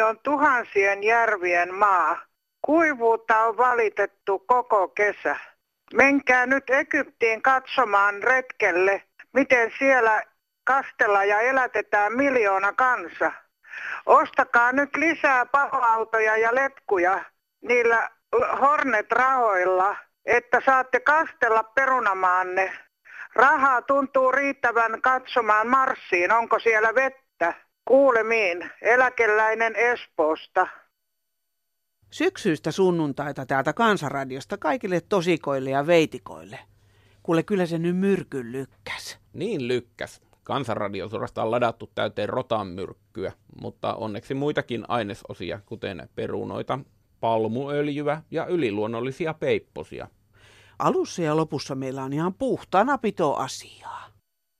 on tuhansien järvien maa. Kuivuutta on valitettu koko kesä. Menkää nyt Egyptiin katsomaan retkelle, miten siellä kastellaan ja elätetään 1 miljoona kansa. Ostakaa nyt lisää paloautoja ja letkuja niillä Hornet-rahoilla, että saatte kastella perunamaanne. Rahaa tuntuu riittävän katsomaan Marsiin, onko siellä vettä. Kuulemiin, eläkeläinen Espoosta. Syksyistä sunnuntaita täältä Kansanradiosta kaikille tosikoille ja veitikoille. Kuule, kyllä se nyt myrkyn lykkäs. Niin lykkäs. Kansanradio suorastaan ladattu täyteen rotanmyrkkyä, mutta onneksi muitakin ainesosia, kuten perunoita, palmuöljyä ja yliluonnollisia peipposia. Alussa ja lopussa meillä on ihan puhtaana pitoasiaa.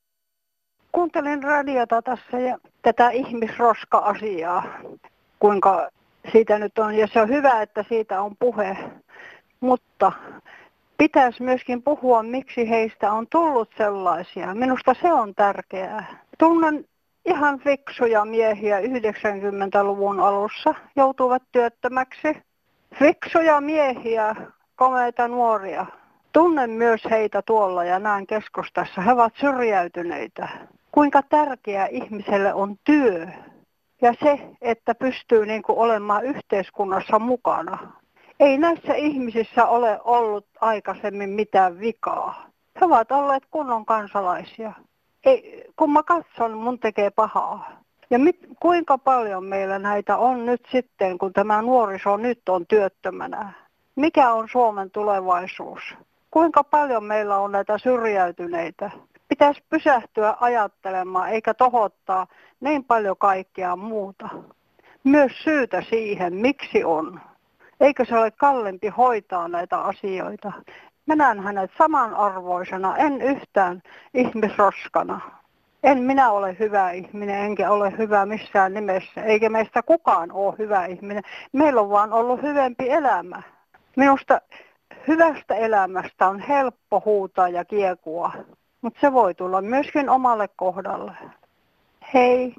Kuuntelin radiota tässä ja tätä ihmisroska-asiaa, kuinka siitä nyt on, ja se on hyvä, että siitä on puhe, mutta pitäisi myöskin puhua, miksi heistä on tullut sellaisia. Minusta se on tärkeää. Tunnen ihan fiksuja miehiä 90-luvun alussa, joutuvat työttömäksi. Fiksuja miehiä, komeita nuoria. Tunnen myös heitä tuolla ja näen keskustassa. He ovat syrjäytyneitä. Kuinka tärkeää ihmiselle on työ ja se, että pystyy olemaan yhteiskunnassa mukana. Ei näissä ihmisissä ole ollut aikaisemmin mitään vikaa. He ovat olleet kunnon kansalaisia. Kun mä katson, mun tekee pahaa. Ja kuinka paljon meillä näitä on nyt sitten, kun tämä nuoriso nyt on työttömänä? Mikä on Suomen tulevaisuus? Kuinka paljon meillä on näitä syrjäytyneitä? Pitäisi pysähtyä ajattelemaan eikä tohottaa niin paljon kaikkea muuta. Myös syytä siihen, miksi on. Eikö se ole kalliimpi hoitaa näitä asioita? Mä näen hänet samanarvoisena, en yhtään ihmisroskana. En minä ole hyvä ihminen, enkä ole hyvä missään nimessä, eikä meistä kukaan ole hyvä ihminen. Meillä on vaan ollut hyvempi elämä. Minusta hyvästä elämästä on helppo huutaa ja kiekua, mutta se voi tulla myöskin omalle kohdalle. Hei.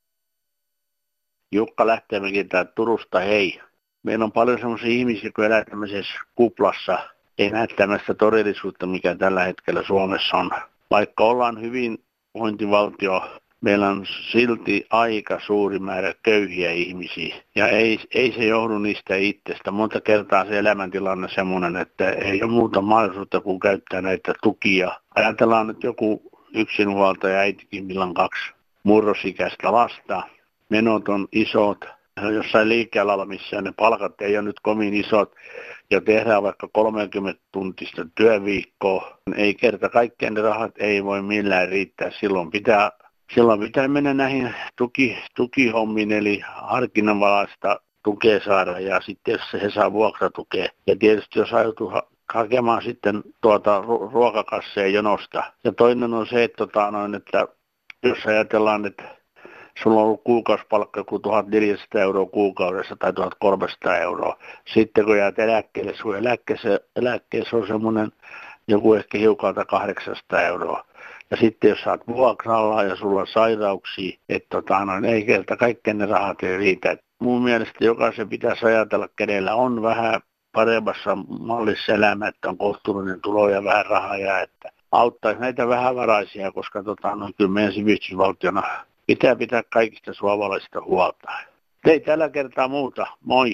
Jukka Lähteenmäki täältä Turusta, hei. Meillä on paljon sellaisia ihmisiä, jotka elää tämmöisessä kuplassa, ei näe tämmöistä todellisuutta, mikä tällä hetkellä Suomessa on. Vaikka ollaan hyvinvointivaltio, meillä on silti aika suuri määrä köyhiä ihmisiä. Ja ei se johdu niistä itsestä. Monta kertaa se elämäntilanne on semmoinen, että ei ole muuta mahdollisuutta kuin käyttää näitä tukia. Ajatellaan nyt joku yksinhuoltaja äitikin, millä on 2 murrosikäistä lasta. Menot on isot. Jossain liike-alalla, missä ne palkat ei ole nyt kovin isot, ja tehdään vaikka 30-tuntista työviikkoa, ei kerta kaikkiaan ne rahat ei voi millään riittää. Silloin pitää mennä näihin tukihommiin, eli harkinnanvalaista tukea saada, ja sitten jos he saa vuokratukea. Ja tietysti jos joutuu hakemaan sitten ruokakasseen jonosta. Ja toinen on se, että jos ajatellaan, että sulla on ollut kuukausipalkka kuin 1 400 euroa kuukaudessa tai 1 300 euroa. Sitten kun jäät eläkkeelle, sun eläkkeessä on semmoinen joku ehkä hiukalta 800 euroa. Ja sitten jos saat vuokralla ja sulla on sairauksia, että ei kerta kaikkien ne rahat ei riitä. Mun mielestä jokaisen pitäisi ajatella, kenellä on vähän paremmassa mallissa elämä, että on kohtuullinen tulo ja vähän rahaa ja että auttaisi näitä vähävaraisia, koska kyllä meidän sivistysvaltiona pitää kaikista suomalaisista huolta. Ei tällä kertaa muuta. Moi.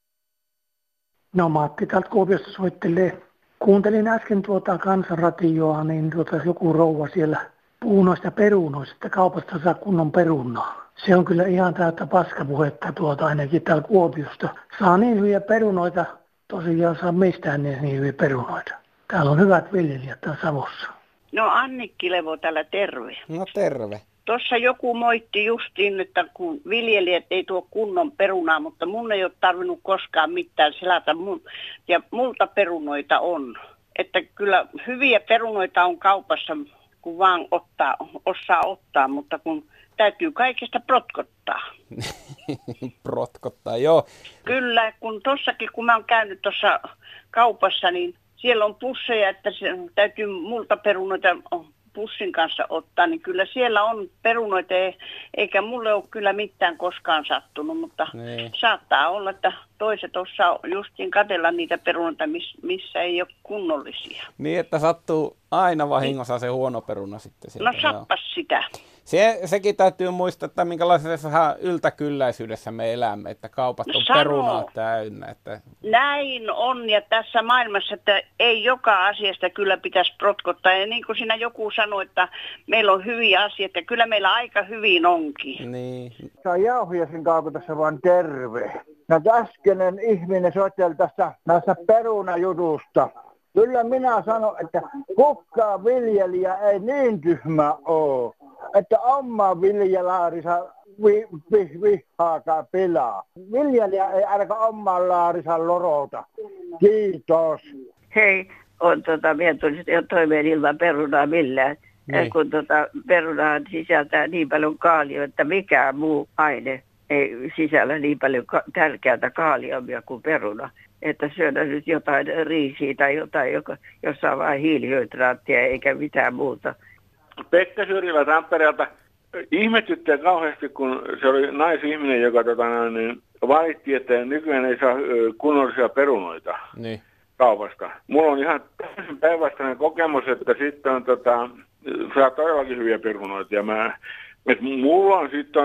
No Matti täältä Kuopiosta soittelee. Kuuntelin äsken Kansanradioa, niin joku rouva siellä puhuu noista perunoista, että kaupasta saa kunnon perunaa. Se on kyllä ihan täyttä paskapuhetta ainakin täällä Kuopiosta. Saa niin hyviä perunoita, tosiaan saa mistään niin hyviä perunoita. Täällä on hyvät viljelijät täällä Savossa. No Annikki Levo täällä, terve. No terve. Tuossa joku moitti justiin, että kun viljelijät ei tuo kunnon perunaa, mutta mun ei ole tarvinnut koskaan mitään selätä. Ja multa perunoita on. Että kyllä hyviä perunoita on kaupassa, kun vaan osaa ottaa, mutta kun täytyy kaikesta protkottaa. Protkottaa, joo. Kyllä, kun tossakin, kun mä oon käynyt tuossa kaupassa, niin siellä on pusseja, että se täytyy multa perunoita pussin kanssa ottaa, niin kyllä siellä on perunoita, eikä mulle ole kyllä mitään koskaan sattunut, mutta saattaa olla, että toiset osaa justiin katsella niitä perunoita, missä ei ole kunnollisia. Niin, että sattuu aina vahingossa se huono peruna sitten sieltä. No sappas sitä. Sekin täytyy muistaa, että minkälaisessa yltäkylläisyydessä me elämme, että kaupat on perunaa täynnä. Että... Näin on, ja tässä maailmassa, että ei joka asiasta kyllä pitäisi protkottaa. Ja niin kuin siinä joku sanoi, että meillä on hyviä asioita, ja kyllä meillä aika hyvin onkin. Niin. Saa Jauhiaisen kaupatassa vaan terve. Äskeinen ihminen soitteli tästä näistä perunajutusta. Kyllä minä sanon, että kukaan viljelijä ei niin tyhmä ole, että oma viljalaarinsa vihaakaan pilaa. Viljelijä ei ainakaan oman laarinsa lorota. Kiitos. Hei, minä tulin jo toimeen ilman perunaa millään. Niin. Kun perunaa sisältää niin paljon kaalia, että mikään muu aine ei sisällä niin paljon tärkeää kaaliumia kuin peruna. Että syödä nyt jotain riisiä tai jotain, jossa on vain hiilihydraattia eikä mitään muuta. Pekka Syrjilä Tampereelta ihmetyttää kauheasti, kun se oli naisihminen, joka valitti, että nykyään ei saa kunnollisia perunoita kaupasta. Mulla on ihan täysin päinvastainen kokemus, että sitten on saa todellakin hyviä perunoita. Ja mulla on sitten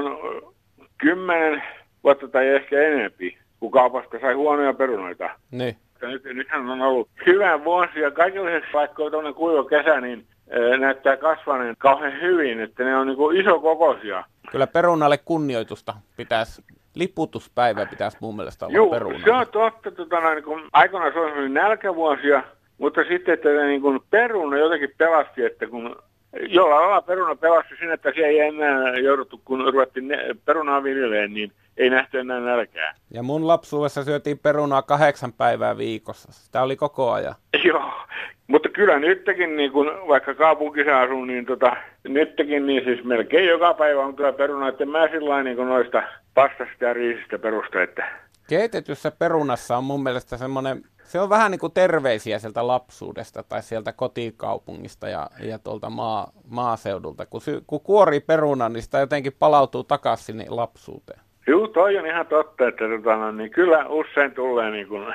10 vuotta tai ehkä enempi, kun kaupasta sai huonoja perunoita. Niin. Nythän on ollut hyvä vuosi ja kaikille vaikka on tuollainen kuiva kesä, niin näyttää kasvaneen kauhean hyvin, että ne on niin kuin isokokoisia. Kyllä perunalle kunnioitusta pitäisi, liputuspäivä pitäisi mun mielestä olla perunalle. Se on totta, kun aikoinaan se oli nälkävuosia, mutta sitten että niin kuin peruna jotenkin pelasti, että kun jollain lailla peruna pelasti sinne, että siellä ei enää jouduttu, kun ruvettiin perunaa viljeleen, niin ei nähty enää nälkää. Ja mun lapsuudessa syötiin perunaa 8 päivää viikossa. Sitä oli koko ajan. Joo, mutta kyllä nytkin, niin kun vaikka kaupungissa asuu, niin nytkin niin siis melkein joka päivä on kyllä peruna, että mä sillain niin noista pastasta ja riisistä perusta, että... Keitetyssä perunassa on mun mielestä semmoinen, se on vähän niin kuin terveisiä sieltä lapsuudesta tai sieltä kotikaupungista ja tuolta maaseudulta. Kun kuorii perunan, niin sitä jotenkin palautuu takaisin sinne lapsuuteen. Joo, toi on ihan totta, että niin kyllä usein tulee niin kuin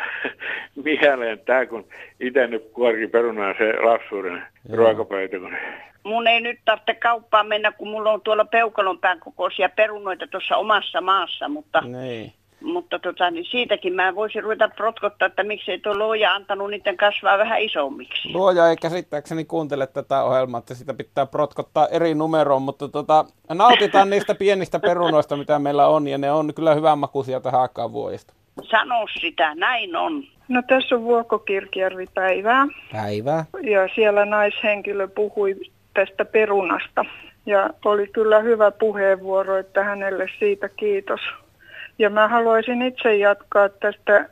mieleen tämä, kun itse nyt kuorii perunaa se lapsuuden ruokapöytä. Mun ei nyt tarvitse kauppaan mennä, kun mulla on tuolla peukalonpään kokoisia perunoita tuossa omassa maassa, mutta... Niin. Mutta niin siitäkin mä voisin ruveta protkottaa, että miksei tuo luoja antanut niiden kasvaa vähän isommiksi. Luoja ei käsittääkseni kuuntele tätä ohjelmaa, että sitä pitää protkottaa eri numeroon, mutta nautitaan niistä pienistä perunoista, mitä meillä on, ja ne on kyllä hyvänmakuisia tähän aikaan vuodesta. Sano sitä, näin on. No tässä on Vuokko-Kirkjärvi päivää. Päivää. Ja siellä naishenkilö puhui tästä perunasta. Ja oli kyllä hyvä puheenvuoro, että hänelle siitä kiitos. Ja mä haluaisin itse jatkaa tästä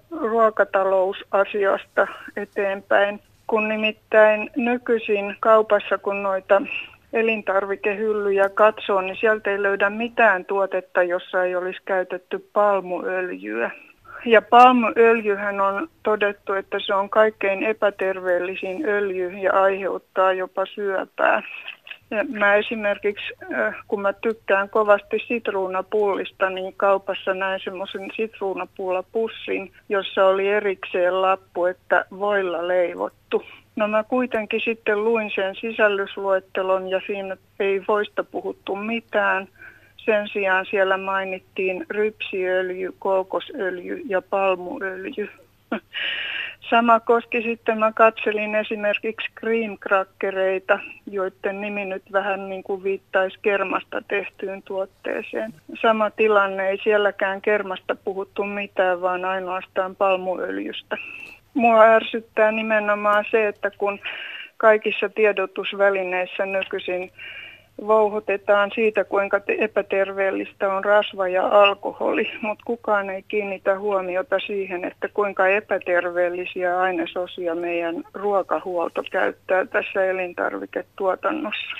ruokatalousasiasta eteenpäin, kun nimittäin nykyisin kaupassa, kun noita elintarvikehyllyjä katsoo, niin sieltä ei löydä mitään tuotetta, jossa ei olisi käytetty palmuöljyä. Ja palmuöljyhän on todettu, että se on kaikkein epäterveellisin öljy ja aiheuttaa jopa syöpää. Ja mä esimerkiksi, kun mä tykkään kovasti sitruunapullista, niin kaupassa näin semmoisen sitruunapullapussin, jossa oli erikseen lappu, että voilla leivottu. No mä kuitenkin sitten luin sen sisällysluettelon ja siinä ei voista puhuttu mitään. Sen sijaan siellä mainittiin rypsiöljy, kookosöljy ja palmuöljy. Sama koski sitten, mä katselin esimerkiksi cream-krakkereita, joiden nimi nyt vähän niin kuin viittaisi kermasta tehtyyn tuotteeseen. Sama tilanne, ei sielläkään kermasta puhuttu mitään, vaan ainoastaan palmuöljystä. Mua ärsyttää nimenomaan se, että kun kaikissa tiedotusvälineissä nykyisin vouhotetaan siitä, kuinka epäterveellistä on rasva ja alkoholi, mutta kukaan ei kiinnitä huomiota siihen, että kuinka epäterveellisiä ainesosia meidän ruokahuolto käyttää tässä elintarviketuotannossa.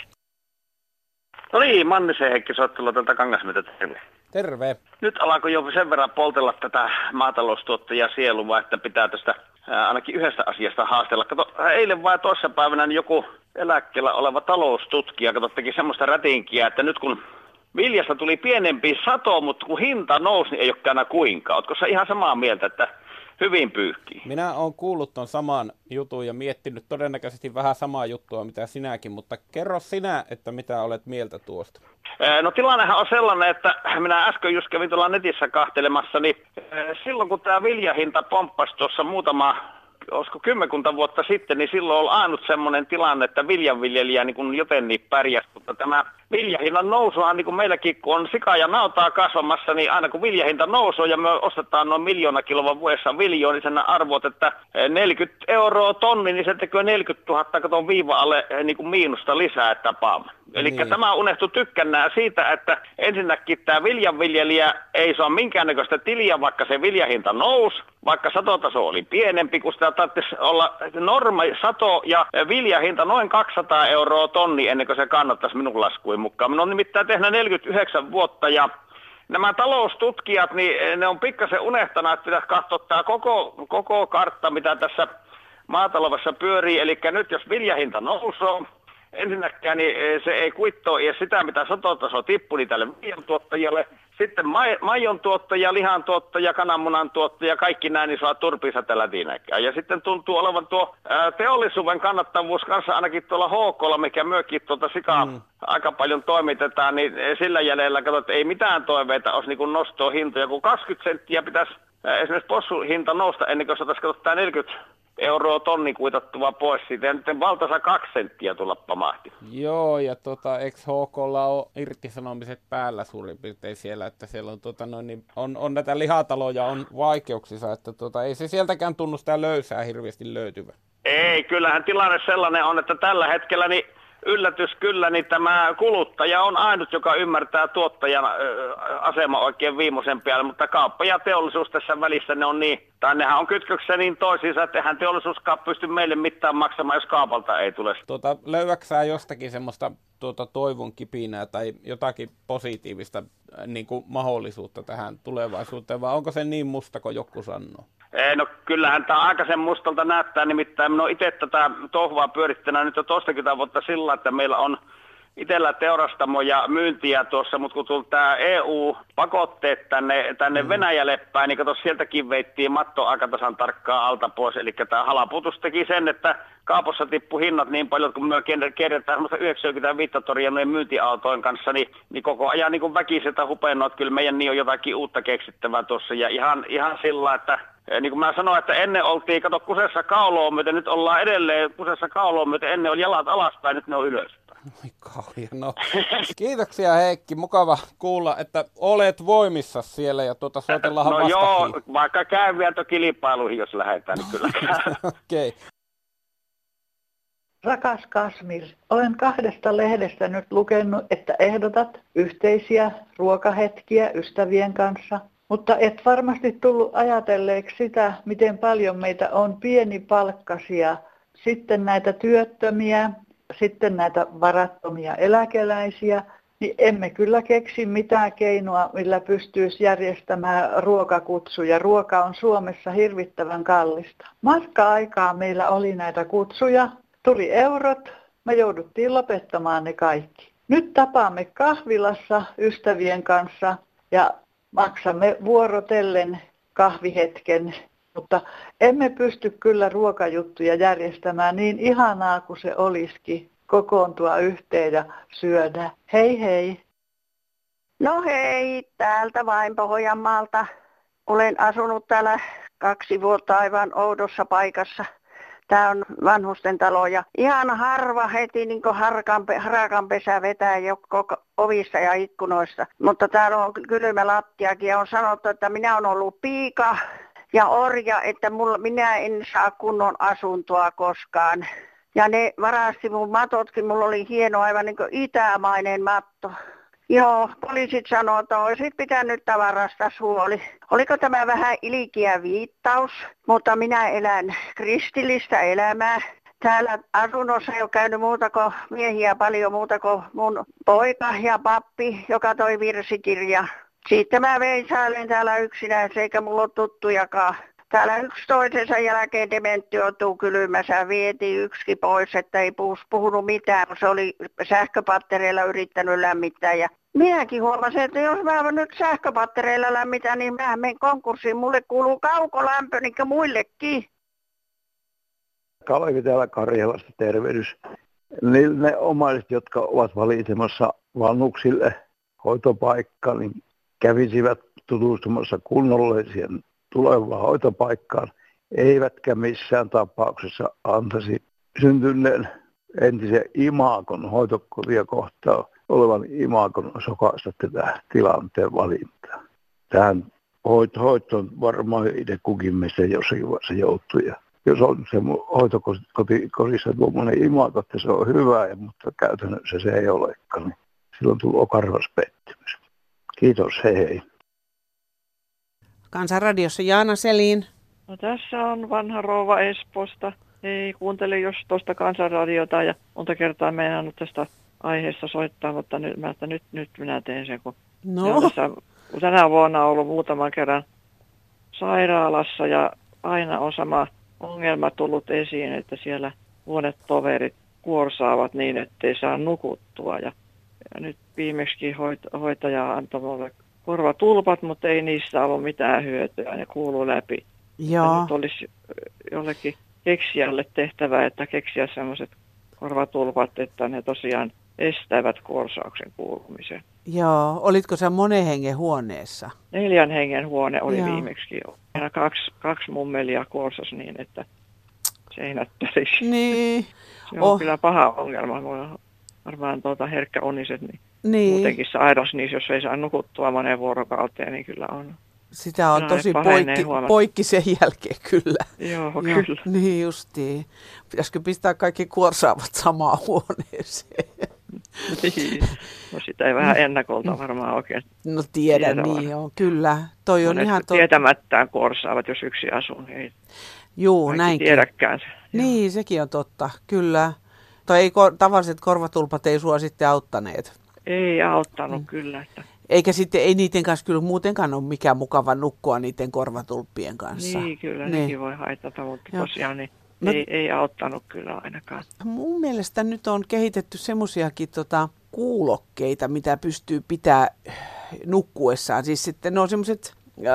No niin, Mannisen Heikki soittelu tältä Kangasmietä, terve. Terve. Nyt alkoi jo sen verran poltella tätä maataloustuottajia sielua, että pitää tästä ainakin yhdestä asiasta haastella. Kato, eilen vai toissapäivänä niin joku eläkkeellä oleva taloustutkija, teki semmoista rätinkiä, että nyt kun viljasta tuli pienempi sato, mutta kun hinta nousi, niin ei ole käynyt kuinkaan. Ootko sä ihan samaa mieltä, että hyvin pyyhkii? Minä olen kuullut ton saman jutun ja miettinyt todennäköisesti vähän samaa juttua, mitä sinäkin, mutta kerro sinä, että mitä olet mieltä tuosta. No tilannehan on sellainen, että minä äsken just kävin tuolla netissä kahtelemassa, niin silloin kun tämä viljahinta pomppasi tuossa olisiko 10 vuotta sitten, niin silloin oli ainut semmoinen tilanne, että viljanviljelijä niin kuin jotenkin pärjäsi, mutta tämä viljahinnan nousuhan niin kuin meilläkin, kun on sika ja nautaa kasvamassa, niin aina kun viljahinta nousuu ja me ostetaan noin 1 000 000 kiloa vuodessa viljaa, niin sen arvot, että 40 € tonni, niin se tekee 40 000 katon viiva alle niin kuin miinusta lisää tapaamaan. Eli niin. Tämä unohtu tykkänään siitä, että ensinnäkin tämä viljanviljelijä ei saa minkäännäköistä tiliä, vaikka se viljahinta nousi, vaikka satotaso oli pienempi, kun sitä tarvitsisi olla normaali sato ja viljahinta noin 200 € tonni ennen kuin se kannattaisi minun laskuin mukaan. Minä olen nimittäin tehnyt 49 vuotta ja nämä taloustutkijat, niin ne on pikkasen unehtana, että pitäisi katsoa tämä koko kartta, mitä tässä maataloudessa pyörii. Eli nyt jos viljahinta nousee, ensinnäkään niin se ei kuittoo edes sitä, mitä satotaso tippui tälle viljantuottajalle. Sitten maidon tuottaja, lihan tuottaja, kananmunan tuottaja, kaikki näin, niin saa turpiinsa tällä tiinäkään. Ja sitten tuntuu olevan tuo teollisuuden kannattavuus kanssa ainakin tuolla HK:lla, mikä myökin tuota sikaa aika paljon toimitetaan, niin sillä jäljellä katsotaan, että ei mitään toiveita olisi niin kuin nostoa hintoja, kun 20 senttiä pitäisi esimerkiksi possuhinta nousta ennen kuin saataisiin katsotaan 40 € tonni kuitattua pois siitä, ja nyt valtaisa 2 senttiä tulla pamahti. Joo, ja eikö HK:lla ole irtisanomiset päällä suurin piirtein siellä, että siellä on, on näitä lihataloja, on vaikeuksissa, että ei se sieltäkään tunnu sitä löysää hirveästi löytyvä. Ei, kyllähän tilanne sellainen on, että tällä hetkellä niin yllätys kyllä, niin tämä kuluttaja on ainut, joka ymmärtää tuottajan asema oikein viimeisen päälle, mutta kauppa ja teollisuus tässä välissä ne on niin, tai nehän on kytköksessä niin toisiinsa, että eihän teollisuuskaan pysty meille mitään maksamaan, jos kaupalta ei tule. Löydäksää jostakin semmoista toivon kipinää tai jotakin positiivista niin kuin mahdollisuutta tähän tulevaisuuteen, vai onko se niin musta kuin joku sanoo? No kyllähän tämä aikaisen mustalta näyttää, nimittäin minä olen itse tätä touhua pyörittänyt nyt jo 20 vuotta sillä, että meillä on itsellä teurastamo ja myyntiä tuossa, mutta kun tuli tämä EU-pakotteet tänne Venäjälle päin, niin kato sieltäkin veittiin matto aika tasan tarkkaan alta pois, eli tämä halaputus teki sen, että kaupassa tippui hinnat niin paljon, kun me kerrotaan semmoista 95 toria noin myyntiautojen kanssa, niin koko ajan niin väkiseltä hupenut, että kyllä meidän niin on jotakin uutta keksittävää tuossa, ja ihan sillä, että niin kuin mä sanoin, että ennen oltiin, kato kusessa kauloon myöten, nyt ollaan edelleen kusessa kauloon myöten, ennen oli jalat alaspäin, nyt ne on ylöspäin. Oi kauhia, no. Kiitoksia Heikki, mukava kuulla, että olet voimissa siellä ja soitellaan no vastahiin. Joo, vaikka käy vielä kilpailuihin, jos lähdetään, niin kyllä käy. Okei. Okay. Rakas Kasmir, olen 2 lehdestä nyt lukenut, että ehdotat yhteisiä ruokahetkiä ystävien kanssa, mutta et varmasti tullut ajatelleeksi sitä, miten paljon meitä on pienipalkkaisia, sitten näitä työttömiä, sitten näitä varattomia eläkeläisiä, niin emme kyllä keksi mitään keinoa, millä pystyisi järjestämään ruokakutsuja. Ruoka on Suomessa hirvittävän kallista. Matka-aikaa meillä oli näitä kutsuja, tuli eurot, me jouduttiin lopettamaan ne kaikki. Nyt tapaamme kahvilassa ystävien kanssa ja maksamme vuorotellen kahvihetken, mutta emme pysty kyllä ruokajuttuja järjestämään niin ihanaa kuin se olisikin kokoontua yhteen ja syödä. Hei hei! No hei, täältä vain Pohjanmaalta. Olen asunut täällä 2 vuotta aivan oudossa paikassa. Tämä on vanhusten talo ja ihan harva heti niin kuin harakanpesä vetää joko ovissa ja ikkunoissa. Mutta täällä on kylmä lattiakin ja on sanottu, että minä olen ollut piika ja orja, että minä en saa kunnon asuntoa koskaan. Ja ne varasti mun matotkin, mulla oli hieno aivan niin kuin itämainen matto. Joo, poliisit sanoo, että olisit pitänyt tavarasta huoli. Oliko tämä vähän ilkeä viittaus, mutta minä elän kristillistä elämää. Täällä asunnossa ei ole käynyt muuta kuin miehiä paljon muuta kuin mun poika ja pappi, joka toi virsikirja. Sitten mä veisailen täällä yksinään, eikä mulla ole tuttujakaan. täällä yksi toisensa jälkeen dementtioituu kylmässä, vietiin yksikin pois, että ei puhunut mitään, kun se oli sähköpattereilla yrittänyt lämmittää. Ja minäkin huomasin, että jos mä nyt sähköpattereilla lämmitän, niin mä menen konkurssiin. Mulle kuuluu kaukolämpö, niin kuin muillekin. Kalevi täällä Karjalasta, tervehdys. Ne omaiset, jotka ovat valitsemassa vanhuksille hoitopaikkaa, niin kävisivät tutustumassa kunnolla siihen tulevaan hoitopaikkaan, eivätkä missään tapauksessa antaisi syntyneen entisen imagon hoitokotia kohtaan olevan imagon sokaista tätä tilanteen valintaa. Tähän hoitoon varmaan itse kukin meistä jossakin vaiheessa joutuu. Ja jos on se hoitokodissa tuommoinen imago, että se on hyvä, mutta käytännössä se ei olekaan, niin silloin tulee karvas pettymys. Kiitos, hei. Kansanradiossa Jaana Selin. No, tässä on vanha rouva Espoosta. Ei kuuntele jos tuosta Kansanradiota ja monta kertaa meinannut tästä aiheesta soittaa, mutta nyt minä teen sen, kun tässä tänä vuonna on ollut muutaman kerran sairaalassa ja aina on sama ongelma tullut esiin, että siellä monet toverit kuorsaavat niin, ettei saa nukuttua. Ja nyt viimeksi hoitaja antoi minulle korvatulpat, mutta ei niistä ollut mitään hyötyä, ne kuuluu läpi. Ja nyt olisi jollekin keksijälle tehtävä, että keksiä sellaiset korvatulpat, että ne tosiaan estävät kuorsauksen kuulumisen. Joo, olitko sä monen hengen huoneessa? 4 hengen huone oli viimeksi. Ja kaksi mummelia kuorsasi niin, että seinät tärisi. Niin. Se on kyllä paha ongelma. Mulla on varmaan herkkäuniset, niin muutenkin sairas, niin jos ei saa nukuttua monen vuorokauteen, niin kyllä on. Sitä on tosi poikki sen jälkeen kyllä. Joo, kyllä. Niin justiin. Pitäisikö pistää kaikki kuorsaavat samaan huoneeseen? Niin. No sitä ei vähän ennakolta varmaan oikein. No tiedän, niin joo, kyllä. Toi on ihan tietämättään kuorsaavat, jos yksi asuu, niin ei näinkin tiedäkään se. Niin, sekin on totta, kyllä. Tavalliset korvatulpat ei sua sitten auttaneet. Ei auttanut kyllä. Että. Eikä sitten, ei niiden kanssa kyllä muutenkaan ole mikään mukava nukkua niiden korvatulppien kanssa. Niin, kyllä nekin voi haitata, mutta tosiaan niin ei auttanut kyllä ainakaan. Mun mielestä nyt on kehitetty semmoisiakin kuulokkeita, mitä pystyy pitää nukkuessaan. Siis sitten ne on semmoiset,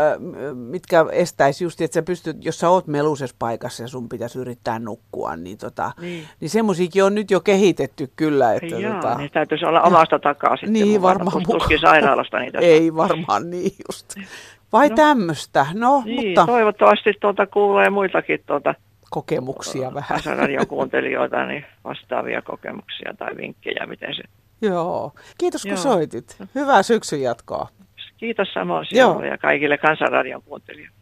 mitkä estäisi just, että sä pystyt, jos sä oot melusessa paikassa ja sun pitäisi yrittää nukkua, niin semmoisiakin on nyt jo kehitetty kyllä. Että niin täytyisi olla omasta takaa sitten. Niin varmaan tuskin sairaalasta niitä. Ei varmaan niin just. Vai tämmöistä? No, niin, mutta toivottavasti kuulee muitakin kokemuksia vähän. Kansanradion kuuntelijoita, niin vastaavia kokemuksia tai vinkkejä, miten se. Joo. Kiitos kun soitit. Hyvää syksyn jatkoa. Kiitos samoin sinulle ja kaikille Kansanradion kuuntelijoille.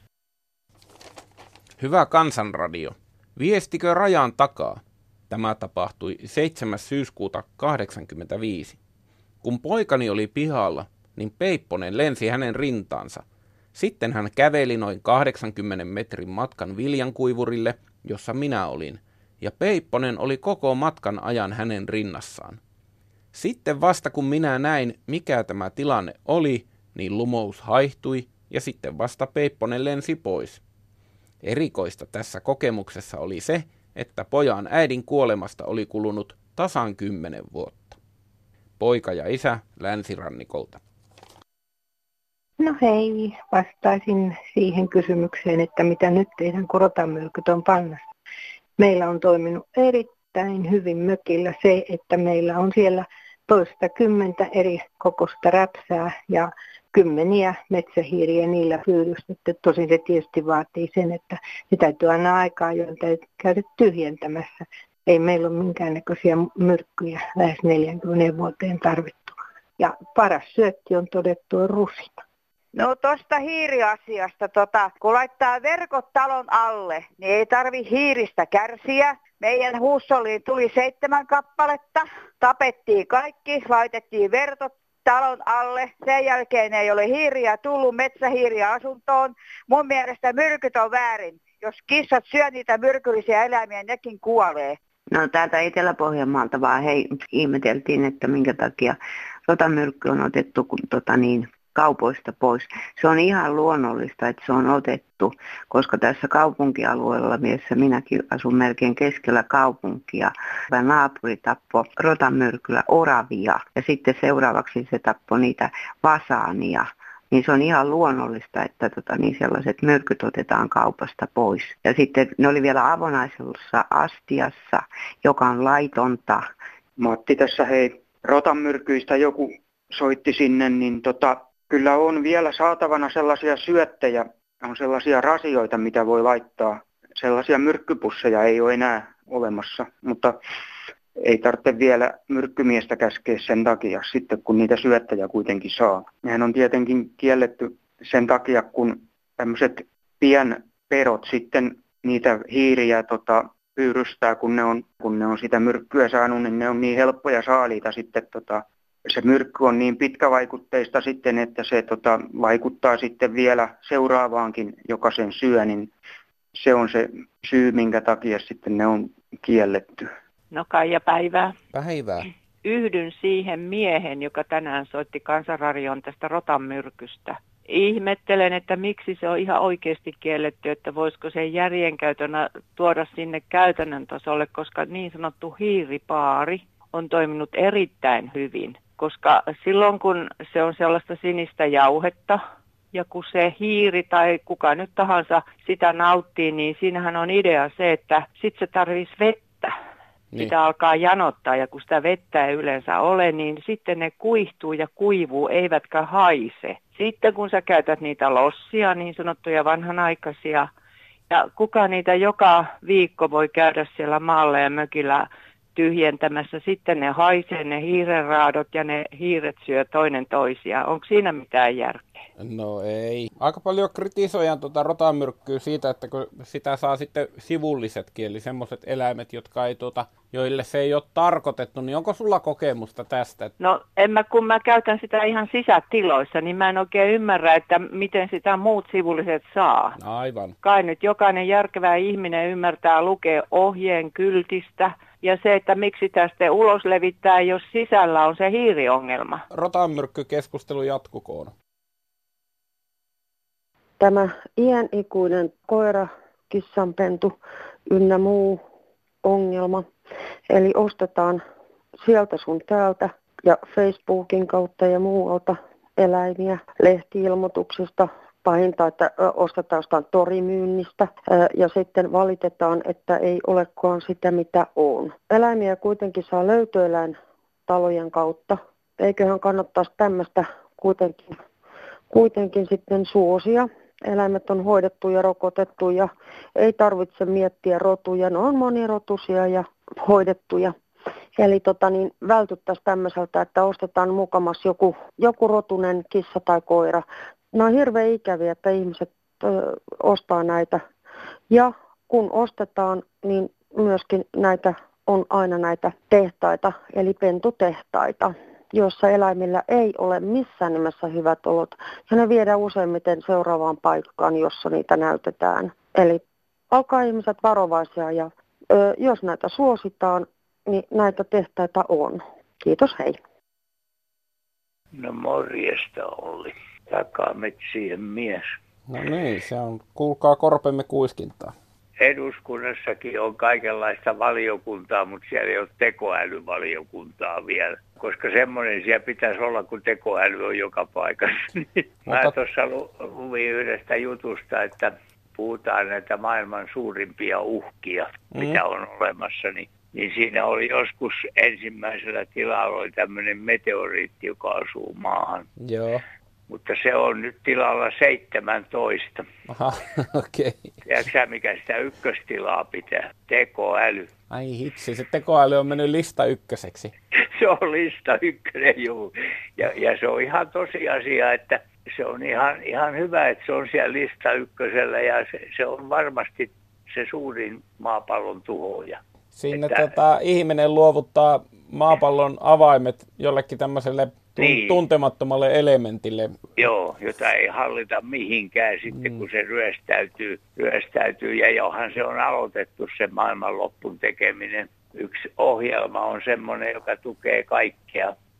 Hyvä Kansanradio. Viestikö rajan takaa? Tämä tapahtui 7. syyskuuta 1985. Kun poikani oli pihalla, niin Peipponen lensi hänen rintaansa. Sitten hän käveli noin 80 metrin matkan viljankuivurille, jossa minä olin, ja Peipponen oli koko matkan ajan hänen rinnassaan. Sitten vasta kun minä näin, mikä tämä tilanne oli, niin lumous haihtui ja sitten vasta Peipponen lensi pois. Erikoista tässä kokemuksessa oli se, että pojan äidin kuolemasta oli kulunut tasan 10 vuotta. Poika ja isä Länsirannikolta. No hei, vastaisin siihen kysymykseen, että mitä nyt teidän korotamyrkyt on pannassa. Meillä on toiminut erittäin hyvin mökillä se, että meillä on siellä 10 eri kokoista räpsää ja 10 metsähiiriä niillä pyydystetty. Tosin se tietysti vaatii sen, että ne täytyy aina aikaa, joilta käydä tyhjentämässä. Ei meillä ole minkäännäköisiä myrkkyjä lähes 40 vuoteen tarvittu. Ja paras syötti on todettu rusina. No tuosta hiiriasiasta, kun laittaa verkot talon alle, niin ei tarvi hiiristä kärsiä. Meidän huussoliin tuli 7 kappaletta, tapettiin kaikki, laitettiin verkot talon alle. Sen jälkeen ei ole hiiriä tullut, metsähiiriä asuntoon. Mun mielestä myrkyt on väärin. Jos kissat syö niitä myrkyllisiä eläimiä, nekin kuolee. No täältä Etelä-Pohjanmaalta vaan ihmeteltiin, että minkä takia rotamyrkky on otettu, kun kaupoista pois. Se on ihan luonnollista, että se on otettu, koska tässä kaupunkialueella, missä minäkin asun melkein keskellä kaupunkia, naapuri tappoi rotanmyrkyllä oravia ja sitten seuraavaksi se tappoi niitä fasaania. Niin se on ihan luonnollista, että niin sellaiset myrkyt otetaan kaupasta pois. Ja sitten ne oli vielä avonaisessa astiassa, joka on laitonta. Matti tässä hei, rotanmyrkyistä joku soitti sinne, niin kyllä on vielä saatavana sellaisia syöttejä, on sellaisia rasioita, mitä voi laittaa. Sellaisia myrkkypusseja ei ole enää olemassa, mutta ei tarvitse vielä myrkkymiestä käskeä sen takia sitten, kun niitä syöttäjä kuitenkin saa. Nehän on tietenkin kielletty sen takia, kun tämmöiset pienperot sitten niitä hiiriä pyyrystää, kun ne on sitä myrkkyä saanut, niin ne on niin helppoja saaliita sitten. Se myrkky on niin pitkävaikutteista sitten, että se vaikuttaa sitten vielä seuraavaankin, joka sen syö, niin se on se syy, minkä takia sitten ne on kielletty. No Kaija, päivää. Päivää. Yhdyn siihen miehen, joka tänään soitti Kansanradion tästä rotanmyrkystä. Ihmettelen, että miksi se on ihan oikeasti kielletty, että voisiko se järjenkäytönä tuoda sinne käytännön tasolle, koska niin sanottu hiiripaari on toiminut erittäin hyvin. Koska silloin kun se on sellaista sinistä jauhetta ja kun se hiiri tai kuka nyt tahansa sitä nauttii, niin siinähän on idea se, että sitten se tarvitsisi vettä. Niin. Sitä alkaa janottaa ja kun sitä vettä ei yleensä ole, niin sitten ne kuihtuu ja kuivuu, eivätkä haise. Sitten kun sä käytät niitä lossia, niin sanottuja vanhanaikaisia, ja kuka niitä joka viikko voi käydä siellä maalla ja mökillä tyhjentämässä, sitten ne haisee ne hiirenraadot ja ne hiiret syö toinen toisiaan. Onko siinä mitään järkeä? No ei. Aika paljon kritisoidaan rotanmyrkkyä siitä, että kun sitä saa sitten sivullisetkin, eli semmoiset eläimet, jotka ei joille se ei ole tarkoitettu, niin onko sulla kokemusta tästä? No kun mä käytän sitä ihan sisätiloissa, niin mä en oikein ymmärrä, että miten sitä muut sivulliset saa. Aivan. Kai nyt jokainen järkevä ihminen ymmärtää lukea ohjeen kyltistä, ja se, että miksi tästä ulos levittää, jos sisällä on se hiiriongelma. Rotanmyrkkykeskustelu jatkukoon. Tämä iänikuinen koira, kissanpentu ynnä muu ongelma. Eli ostetaan sieltä sun täältä ja Facebookin kautta ja muualta eläimiä lehti-ilmoituksista. Pahinta, että ostetaan jostain torimyynnistä ja sitten valitetaan, että ei olekaan sitä, mitä on. Eläimiä kuitenkin saa löytöeläintalojen kautta. Eiköhän kannattaisi tämmöistä kuitenkin sitten suosia. Eläimet on hoidettu ja rokotettu ja ei tarvitse miettiä rotuja. Ne on monirotuisia ja hoidettuja. Eli vältyttäisiin tämmöiseltä, että ostetaan mukamas joku rotunen kissa tai koira. Ne on hirveän ikäviä, että ihmiset ostaa näitä. Ja kun ostetaan, niin myöskin näitä on aina näitä tehtaita, eli pentutehtaita, joissa eläimillä ei ole missään nimessä hyvät olot. Ja ne viedään useimmiten seuraavaan paikkaan, jossa niitä näytetään. Eli alkaa ihmiset varovaisia ja jos näitä suositaan, niin näitä tehtaita on. Kiitos, hei. No morjesta Olli. Takametsien mies. No niin, se on, kuulkaa korpemme kuiskintaa. Eduskunnassakin on kaikenlaista valiokuntaa, mutta siellä ei ole tekoälyvaliokuntaa vielä. Koska semmoinen siellä pitäisi olla, kun tekoäly on joka paikassa. Mä tuossa luin yhdestä jutusta, että puhutaan näitä maailman suurimpia uhkia, mitä on olemassa. Niin siinä oli joskus ensimmäisellä tilalla oli tämmöinen meteoriitti, joka asuu maahan. Joo. Mutta se on nyt tilalla 17. Aha, okei. Okay. Tiedätkö mikä sitä ykköstilaa pitää? Tekoäly. Ai hitsi, se tekoäly on mennyt lista ykköseksi. Se on lista ykkönen, juu. Ja se on ihan tosiasia, että se on ihan hyvä, että se on siellä lista ykkösellä ja se on varmasti se suurin maapallon tuhoaja. Sinne ihminen luovuttaa maapallon avaimet jollekin tämmöiselle tuntemattomalle elementille. Joo, jota ei hallita mihinkään sitten, kun se ryöstäytyy. Ja johan se on aloitettu se maailmanloppun tekeminen. Yksi ohjelma on semmoinen, joka tukee kaikkea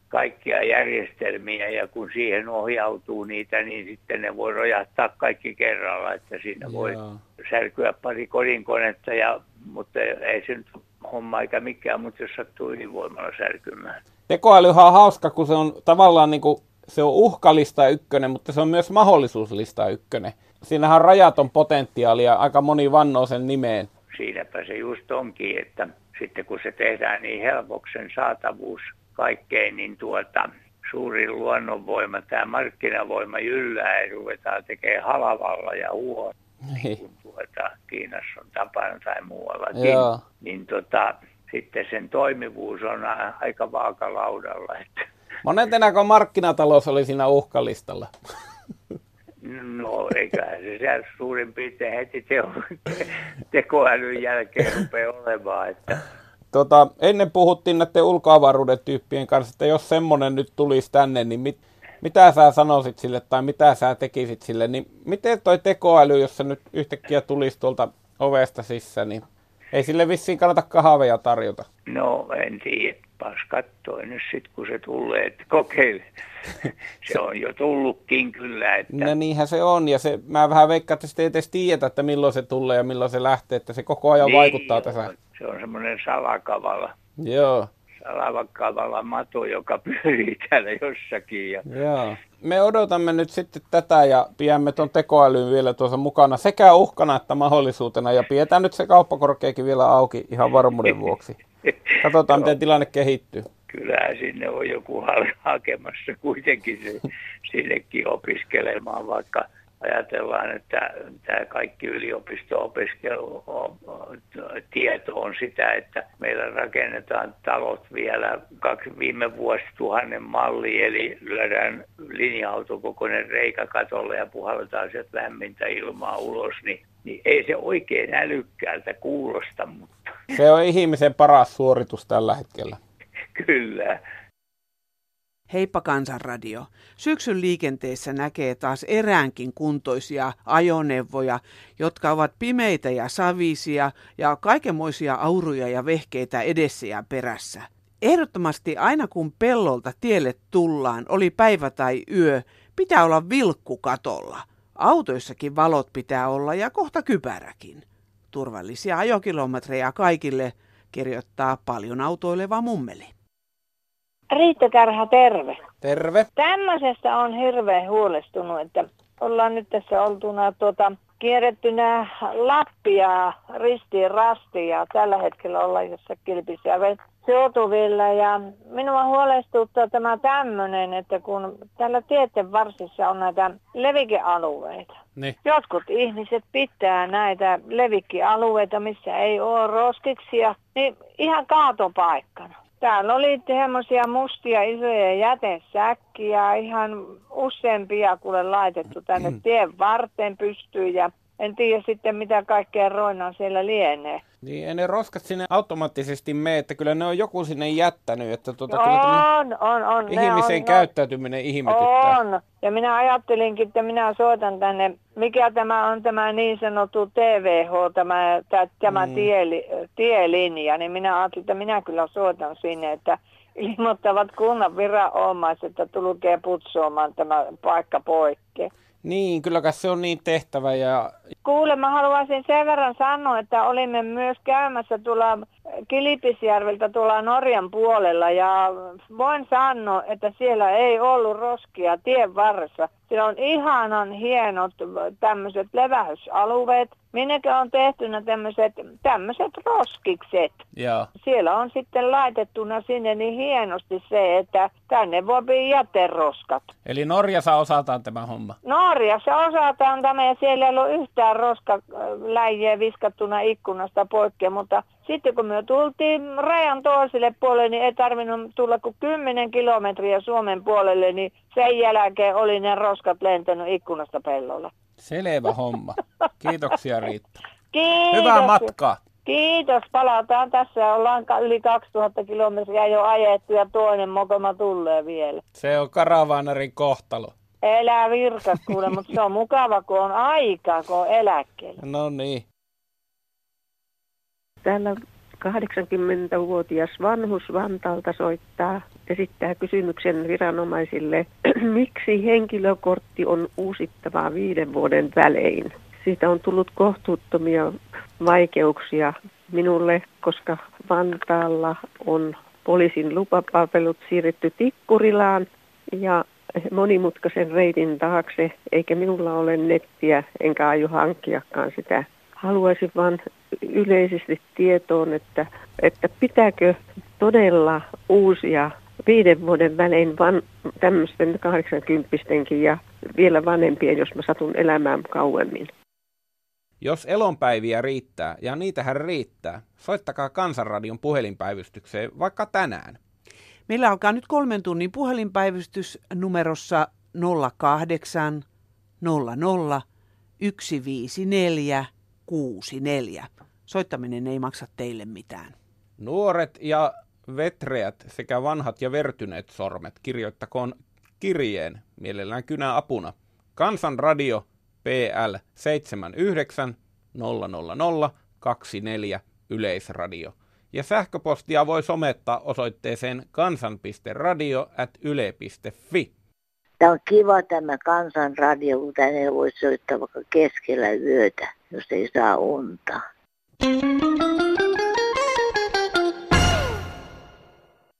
kaikkia järjestelmiä ja kun siihen ohjautuu niitä, niin sitten ne voi rojahtaa kaikki kerralla, että siinä voi särkyä pari kodinkonetta, mutta ei se nyt homma eikä mikään, mutta jos sattuu ydinvoimalla särkymään. Tekoälyhän on hauska, kun se on tavallaan niin kuin, se on uhkalista ykkönen, mutta se on myös mahdollisuuslista ykkönen. Siinähän on rajaton potentiaali ja aika moni vannoo sen nimeen. Siinäpä se just onkin, että sitten kun se tehdään niin helpoksi sen saatavuus kaikkein, niin suurin luonnonvoima, tämä markkinavoima jyllää ja ruvetaan tekemään halvalla ja huono, kun Kiinassa on tapana tai muuallakin, niin sitten sen toimivuus on aika vaakalaudalla. Monentenäkö markkinatalous oli siinä uhkalistalla? No eiköhän se siellä suurin piirtein heti tekoälyn jälkeen rupeaa olemaan. Että. Ennen puhuttiin näiden ulkoavaruuden tyyppien kanssa, että jos semmoinen nyt tulisi tänne, niin mitä sä sanoisit sille tai mitä sä tekisit sille, niin miten toi tekoäly, jos se nyt yhtäkkiä tulisi tuolta ovesta sisään, niin ei sille vissiin kannata kahveja tarjota. No en tiedä, pas kattoi nyt sitten kun se tulee, että kokeile. Se on jo tullutkin kyllä. Että. No niinhän se on ja mä vähän veikkaan, että sitä ei edes tiedetä, että milloin se tulee ja milloin se lähtee, että se koko ajan vaikuttaa tässä. Se on semmoinen salakavala. Joo. Salakavala mato, joka pyörii täällä jossakin. Joo. Me odotamme nyt sitten tätä ja pidämme tuon tekoälyn vielä tuossa mukana sekä uhkana että mahdollisuutena ja pidetään nyt se kauppakorkeakin vielä auki ihan varmuuden vuoksi. Katsotaan, miten tilanne kehittyy. Kyllähän sinne on joku hakemassa kuitenkin sinnekin opiskelemaan, vaikka ajatellaan, että tämä kaikki yliopisto-opiskelu tieto on sitä, että meillä rakennetaan talot vielä viime vuosituhannen malli, eli lyödään linja-autokokoinen reikä katolle ja puhalletaan sieltä lämmintä ilmaa ulos, niin ei se oikein älykkäältä kuulosta, mutta. Se on ihmisen paras suoritus tällä hetkellä. Kyllä. Heippa Kansanradio. Syksyn liikenteessä näkee taas eräänkin kuntoisia ajoneuvoja, jotka ovat pimeitä ja savisia ja kaikenmoisia auruja ja vehkeitä edessä ja perässä. Ehdottomasti aina kun pellolta tielle tullaan, oli päivä tai yö, pitää olla vilkku katolla. Autoissakin valot pitää olla ja kohta kypäräkin. Turvallisia ajokilometrejä kaikille, kirjoittaa paljon autoileva mummeli. Riitta Kärhä, terve. Terve. Tämmöisestä on hirveän huolestunut, että ollaan nyt tässä oltuna kierrettynä Lappia ristiin rastiin ja tällä hetkellä ollaan jossain Kilpisjärven seutuvilla ja minua huolestuttaa tämä tämmöinen, että kun tällä tieteen varsissa on näitä levikkealueita. Niin. Jotkut ihmiset pitää näitä levikkialueita, missä ei ole roskiksia, niin ihan kaatopaikkana. Täällä oli semmoisia mustia isoja jätesäkkiä, ihan useampia kuule laitettu tänne tien varteen pystyyn ja en tiedä sitten mitä kaikkea roinaa siellä lienee. Niin, ei ne roskat sinne automaattisesti mene, että kyllä ne on joku sinne jättänyt, että on. Ihmisen käyttäytyminen ihmetyttää. On, ja minä ajattelinkin, että minä soitan tänne, mikä tämä on tämä niin sanottu TVH, tämä tielinja, niin minä ajattelin, että minä kyllä soitan sinne, että ilmoittavat kunnan viranomaiset, että tulkee putsuamaan tämä paikka poikki. Niin, kylläkään se on niin tehtävä. Kuule, mä haluaisin sen verran sanoa, että olimme myös käymässä tuolla Kilpisjärveltä tuolla Norjan puolella ja voin sanoa, että siellä ei ollut roskia tien varressa. Siellä on ihanan hienot tämmöiset levähysalueet, minnekä on tehtynä tämmöiset roskikset. Joo. Siellä on sitten laitettuna sinne niin hienosti se, että tänne voi jäteroskat. Eli Norjassa osataan tämä homma? Norjassa osataan tämä ja siellä ei ole yhtään roskaläjiä viskattuna ikkunasta poikki, mutta sitten kun me tultiin rajan toiselle puolelle, niin ei tarvinnut tulla kuin 10 kilometriä Suomen puolelle, niin sen jälkeen oli ne roskat lentänyt ikkunasta pellolla. Selvä homma. Kiitoksia Riitta. Kiitos. Hyvää matkaa. Kiitos, palataan tässä. Ollaan yli 2000 kilometriä jo ajettu ja toinen mokoma tulee vielä. Se on karavaanarin kohtalo. Elää virkas kuule, mutta se on mukava, kun on aikaa, kun on eläkkeellä. No niin. Täällä 80-vuotias vanhus Vantaalta soittaa, esittää kysymyksen viranomaisille, miksi henkilökortti on uusittava 5 vuoden välein. Siitä on tullut kohtuuttomia vaikeuksia minulle, koska Vantaalla on poliisin lupapalvelut siirretty Tikkurilaan ja monimutkaisen reitin taakse, eikä minulla ole nettiä, enkä aio hankkiakaan sitä. Haluaisin vain yleisesti tietoon, että pitääkö todella uusia 5 vuoden välein tämmöisten 80-stenkin ja vielä vanhempien, jos mä satun elämään kauemmin. Jos elonpäiviä riittää, ja niitähän riittää, soittakaa Kansanradion puhelinpäivystykseen vaikka tänään. Meillä alkaa nyt 3 tunnin puhelinpäivystys numerossa 08 00 154 64. Soittaminen ei maksa teille mitään. Nuoret ja vetreät sekä vanhat ja vertyneet sormet kirjoittakoon kirjeen, mielellään kynäapuna. Kansanradio PL 79 000 24 Yleisradio. Ja sähköpostia voi somettaa osoitteeseen kansan.radio@yle.fi. Tämä on kiva tämä Kansanradio, kun tänne voi soittaa vaikka keskellä yötä, jos ei saa unta.